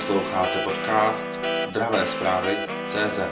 Posloucháte podcast Zdravé zprávy.cz.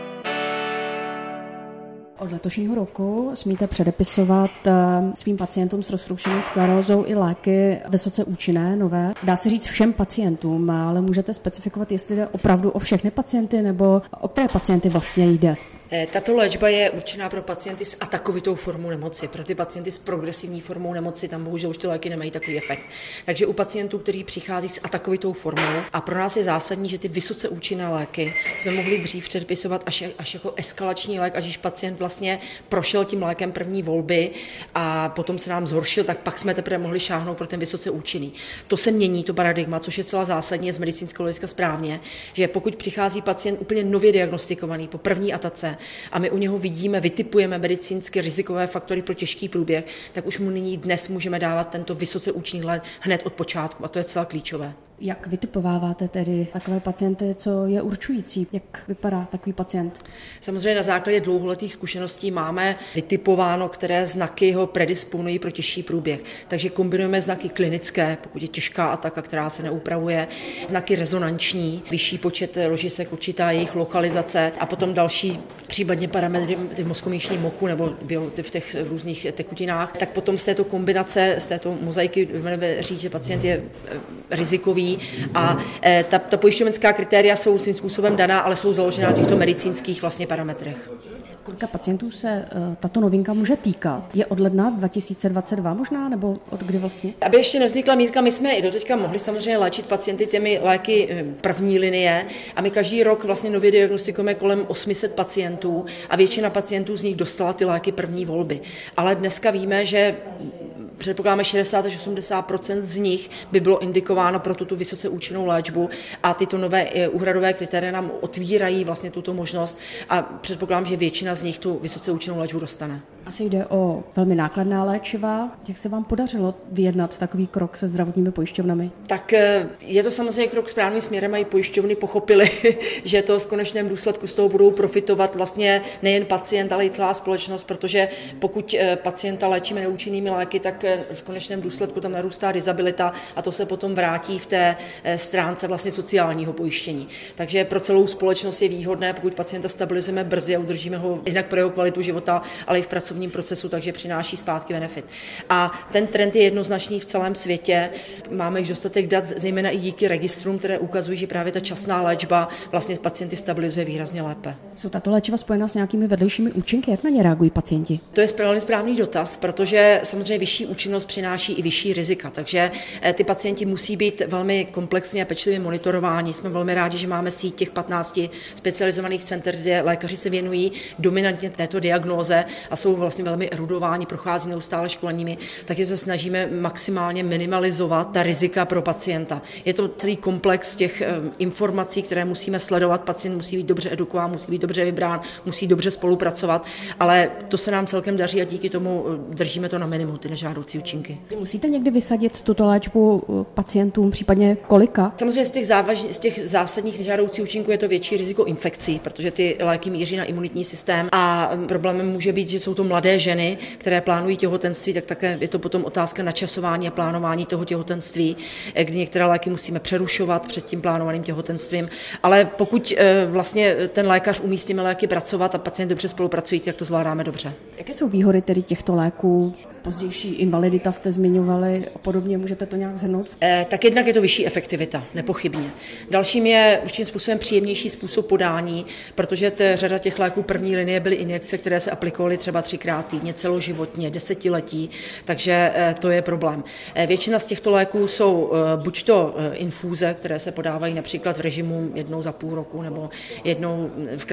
Od letošního roku smíte předepisovat svým pacientům s roztroušenou sklerózou i léky vysoce účinné, nové. Dá se říct všem pacientům, ale můžete specifikovat, jestli jde opravdu o všechny pacienty nebo o které pacienty vlastně jde? Tato léčba je určená pro pacienty s atakovitou formou nemoci. Pro ty pacienty s progresivní formou nemoci tam bohužel už ty léky nemají takový efekt. Takže u pacientů, kteří přichází s atakovitou formou, a pro nás je zásadní, že ty vysoce účinné léky jsme mohli dřív předepisovat až jako eskalační lék, až když pacient vlastně prošel tím lékem první volby a potom se nám zhoršil, tak pak jsme teprve mohli šáhnout pro ten vysoce účinný. To se mění, to paradigma, což je celá zásadně z medicínského hlediska správně, že pokud přichází pacient úplně nově diagnostikovaný po první atace a my u něho vidíme, vytipujeme medicínsky rizikové faktory pro těžký průběh, tak už mu nyní dnes můžeme dávat tento vysoce účinný lék hned od počátku a to je celá klíčové. Jak vytipováváte tedy takové pacienty, co je určující? Jak vypadá takový pacient? Samozřejmě na základě dlouholetých zkušeností máme vytipováno, které znaky ho predisponují pro těžší průběh. Takže kombinujeme znaky klinické, pokud je těžká ataka, která se neupravuje, znaky rezonanční, vyšší počet ložisek, určitá jejich lokalizace a potom další případně parametry v mozkomíšním moku nebo v těch různých tekutinách. Tak potom z této kombinace, z této mozaiky můžeme říct, že pacient je rizikový a ta pojišťovenská kritéria jsou svým způsobem daná, ale jsou založená na těchto medicínských vlastně parametrech. Kolika pacientů se tato novinka může týkat? Je od ledna 2022 možná, nebo od kdy vlastně? Aby ještě nevznikla mýtka, my jsme i doteďka mohli samozřejmě léčit pacienty těmi léky první linie a my každý rok vlastně nově diagnostikujeme kolem 800 pacientů a většina pacientů z nich dostala ty léky první volby. Ale dneska víme, že předpokládáme 60 až 80% z nich by bylo indikováno pro tuto vysoce účinnou léčbu a tyto nové úhradové kritéria nám otvírají vlastně tuto možnost a předpokládám, že většina z nich tu vysoce účinnou léčbu dostane. Asi jde o velmi nákladná léčiva. Jak se vám podařilo vyjednat takový krok se zdravotními pojišťovnami? Tak je to samozřejmě krok správným směrem a i pojišťovny pochopili, že to v konečném důsledku z toho budou profitovat vlastně nejen pacient, ale i celá společnost, protože pokud pacienta léčíme neúčinnými léky, tak v konečném důsledku tam narůstá disabilita a to se potom vrátí v té stránce vlastně sociálního pojištění. Takže pro celou společnost je výhodné, pokud pacienta stabilizujeme brzy a udržíme ho jednak pro jeho kvalitu života, ale i v pracovním procesu, takže přináší zpátky benefit. A ten trend je jednoznačný v celém světě. Máme již dostatek dat, zejména i díky registrům, které ukazují, že právě ta časná léčba vlastně pacienty stabilizuje výrazně lépe. Jsou tato léčiva spojená s nějakými vedlejšími účinky? Jak na ně reagují pacienti? To je správný dotaz, protože samozřejmě vyšší účinnost přináší i vyšší rizika, takže ty pacienti musí být velmi komplexně a pečlivě monitorováni. Jsme velmi rádi, že máme síť těch 15 specializovaných center, kde lékaři se věnují dominantně této diagnóze a jsou vlastně velmi erudováni, prochází neustále školeními, takže se snažíme maximálně minimalizovat ta rizika pro pacienta. Je to celý komplex těch informací, které musíme sledovat. Pacient musí být dobře edukován, musí být dobře vybrán, musí dobře spolupracovat, ale to se nám celkem daří a díky tomu držíme to na minimum, ty nežádoucí účinky. Musíte někdy vysadit tuto léčbu pacientům, případně kolika? Samozřejmě z těch zásadních nežádoucích účinků je to větší riziko infekcí, protože ty léky míří na imunitní systém a problémem může být, že jsou to mladé ženy, které plánují těhotenství, tak také je to potom otázka načasování a plánování toho těhotenství, kdy některé léky musíme přerušovat před tím plánovaným těhotenstvím, ale pokud vlastně ten lékař umí s těmi léky pracovat a pacient dobře spolupracují, tak to zvládáme dobře. Jaké jsou výhody tedy těchto léků? Pozdější invalidita jste zmiňovali a podobně, můžete to nějak shrnout? Tak jednak je to vyšší efektivita, nepochybně. Dalším je určitým způsobem příjemnější způsob podání, protože řada těch léků první linie byly injekce, které se aplikovaly třeba 3x týdně, celoživotně, desetiletí, takže to je problém. Většina z těchto léků jsou buď to infúze, které se podávají například v režimu jednou za půl roku nebo jednou v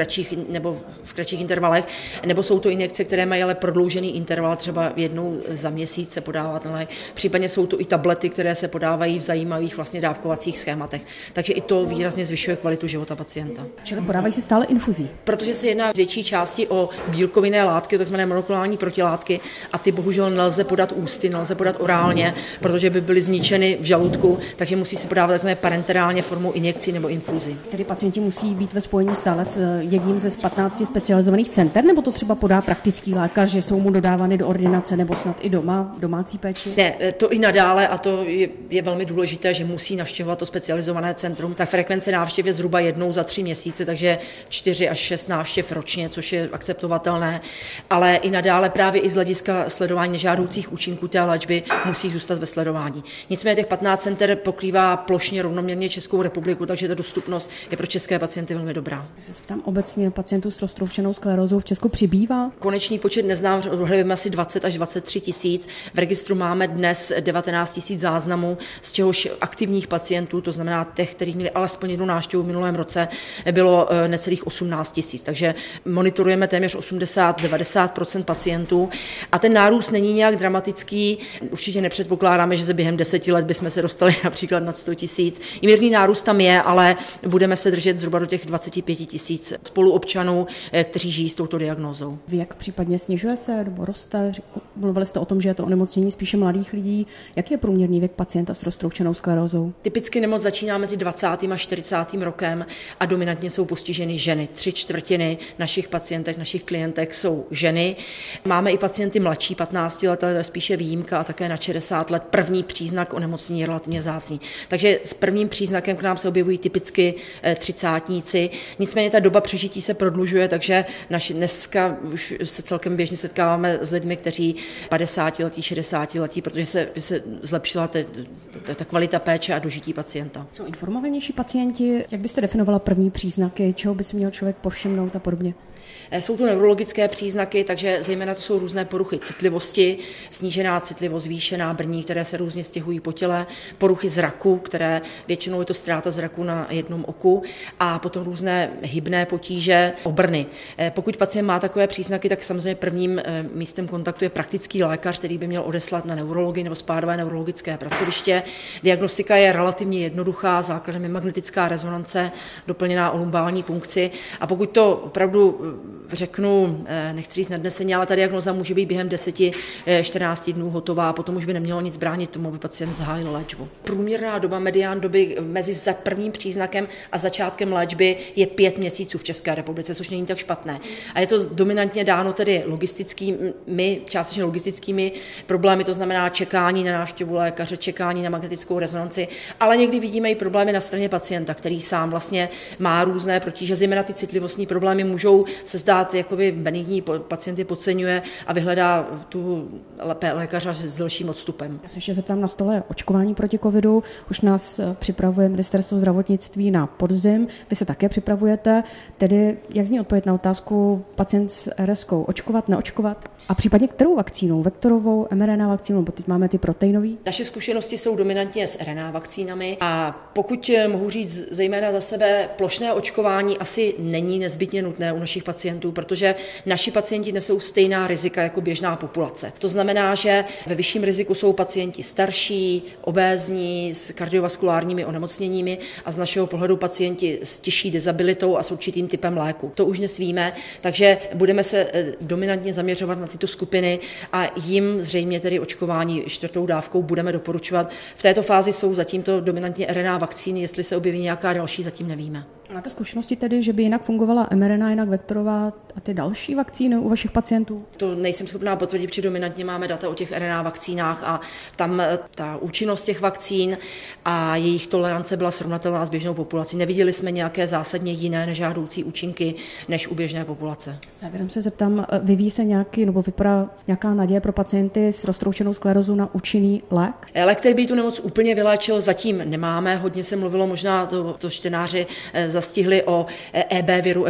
kratších intervalech, nebo jsou to injekce, které mají ale prodloužený interval, třeba jednou za měsíc se podává ten lék. Případně jsou to i tablety, které se podávají v zajímavých vlastně dávkovacích schématech. Takže i to výrazně zvyšuje kvalitu života pacienta. Čili podávají se stále infuzí? Protože se jedná v větší části o bílkovinné látky, takzvané monoklonální protilátky a ty bohužel nelze podat ústy, nelze podat orálně, protože by byly zničeny v žaludku, takže musí se podávat takzvané parenterálně formou injekcí nebo infuzí. Tedy pacienti musí být ve spojení stále s jedním ze 15 specializovaných center, nebo to třeba podá praktický lékař, že jsou mu dodávány do ordinace nebo snad i doma, v domácí péči? Ne, to i nadále a to je velmi důležité, že musí navštěvovat to specializované centrum. Ta frekvence návštěv je zhruba jednou za 3 měsíce, takže 4 až 6 návštěv ročně, což je akceptovatelné, ale i nadále právě i z hlediska sledování nežádoucích účinků té léčby musí zůstat ve sledování. Nicméně těch 15 center pokrývá plošně rovnoměrně Českou republiku, takže ta dostupnost je pro české pacienty velmi dobrá. Já se ptám, obecně pacientů s roztroušenou sklerózou v Česku přibývá? Konečný počet neznám, odhadujeme asi 20 až 23 tisíc. V registru máme dnes 19 tisíc záznamů, z čehož aktivních pacientů, to znamená těch, kteří měli alespoň jednu návštěvu v minulém roce, bylo necelých 18 tisíc. Takže monitorujeme téměř 80-90% pacientů a ten nárůst není nějak dramatický. Určitě nepředpokládáme, že se během 10 let bychom se dostali například nad 100 tisíc. Mírný nárůst tam je, ale budeme se držet zhruba do těch 25 tisíc spoluobčanů, kteří žijí s touto diagnózou. Věk případně snižuje se nebo roste? Mluvili jste o tom, že je to onemocnění spíše mladých lidí. Jaký je průměrný věk pacienta s roztroušenou sklerózou? Typicky nemoc začíná mezi 20. a 40. rokem a dominantně jsou postiženy ženy. 3/4 našich pacientek, našich klientek jsou ženy. Máme i pacienty mladší 15 let, ale to je spíše výjimka a také na 60 let. První příznak onemocnění je relativně vzácný. Takže s prvním příznakem k nám se objevují typicky 30. Nicméně ta doba přežití se prodlužuje, takže dneska už se celkem běžně setkáváme s lidmi, kteří 50letí, 60letí, protože se zlepšila ta kvalita péče a dožití pacienta. Jsou informovanější pacienti? Jak byste definovala první příznaky? Čeho by si měl člověk povšimnout a podobně? Jsou to neurologické příznaky, takže zejména to jsou různé poruchy citlivosti, snížená citlivost, zvýšená brní, které se různě stěhují po těle, poruchy zraku, které většinou je to ztráta zraku na jednom oku a potom různé hybné potíže, obrny. Pokud pacient má takové příznaky, tak samozřejmě prvním místem kontaktu je praktický lékař, který by měl odeslat na neurologii nebo spádové neurologické pracoviště. Diagnostika je relativně jednoduchá, základem je magnetická rezonance doplněná o lumbální punkci a pokud to opravdu řeknu, nechci říct nadneseně, ale ta diagnóza může být během 10-14 dnů hotová a potom už by nemělo nic bránit tomu, aby pacient zahájil léčbu. Průměrná doba, medián doby mezi prvním příznakem a začátkem léčby je 5 měsíců v České republice, což není tak špatné. A je to dominantně dáno tedy částečně logistickými problémy, to znamená čekání na návštěvu lékaře, čekání na magnetickou rezonanci, ale někdy vidíme i problémy na straně pacienta, který sám vlastně má různé potíže, zejména ty citlivostní problémy můžou se zdát jakoby benigní, pacient je podceňuje a vyhledá tu lékaře s delším odstupem. Já se ještě zeptám, na stole očkování proti covidu. Už nás připravuje Ministerstvo zdravotnictví na podzim. Vy se také připravujete. Tedy jak zní odpověď na otázku pacient s RS-kou? Očkovat, neočkovat? A případně kterou vakcínou? Vektorovou, mRNA vakcínou, bo teď máme ty proteinové? Naše zkušenosti jsou dominantně s RNA vakcínami a pokud mohu říct zejména za sebe, plošné očkování asi není nezbytně nutné u našich pacientů, protože naši pacienti nesou stejná rizika jako běžná populace. To znamená, že ve vyšším riziku jsou pacienti starší, obézní, s kardiovaskulárními onemocněními a z našeho pohledu pacienti s těžší dizabilitou a s určitým typem léku. To už dnes víme, takže budeme se dominantně zaměřovat na tyto skupiny a jim zřejmě tedy očkování 4. dávkou budeme doporučovat. V této fázi jsou zatím to dominantně RNA vakcíny, jestli se objeví nějaká další, zatím nevíme. Máte zkušenosti tedy, že by jinak fungovala mRNA, jinak vektorová a ty další vakcíny u vašich pacientů? To nejsem schopná potvrdit, protože dominantně máme data o těch RNA vakcínách a tam ta účinnost těch vakcín a jejich tolerance byla srovnatelná s běžnou populací. Neviděli jsme nějaké zásadně jiné nežádoucí účinky než u běžné populace. Závěrem se zeptám, vyvíjí se vypadá nějaká naděje pro pacienty s roztroušenou sklerózou na účinný lék? Lék, který by tu nemoc úplně vyléčil, zatím nemáme. Hodně se mluvilo, možná to čtenáři zastihli o EB viru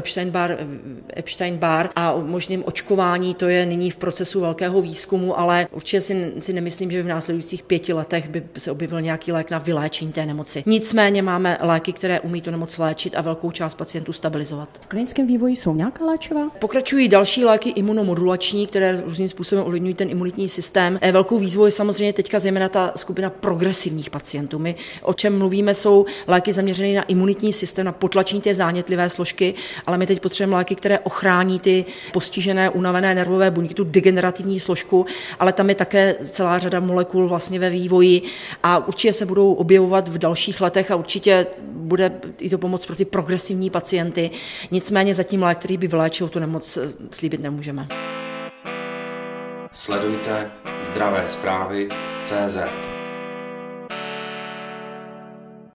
Epstein-Barr a o možném očkování. To je nyní v procesu velkého výzkumu, ale určitě si nemyslím, že by v následujících 5 letech by se objevil nějaký lék na vyléčení té nemoci. Nicméně máme léky, které umí tu nemoc léčit a velkou část pacientů stabilizovat. V klinickém vývoji jsou nějaká léčiva? Pokračují další léky imunomodulační, které různým způsobem ovlivňují ten imunitní systém. Velkou výzvou je samozřejmě teďka zejména ta skupina progresivních pacientů. My o čem mluvíme, jsou léky zaměřené na imunitní systém, na potlačení té zánětlivé složky, ale my teď potřebujeme léky, které ochrání ty postižené, unavené nervové buňky, tu degenerativní složku, ale tam je také celá řada molekul vlastně ve vývoji a určitě se budou objevovat v dalších letech a určitě bude i to pomoc pro ty progresivní pacienty. Nicméně zatím lék, který by vyléčil tu nemoc, slíbit nemůžeme. Sledujte Zdravé zprávy.cz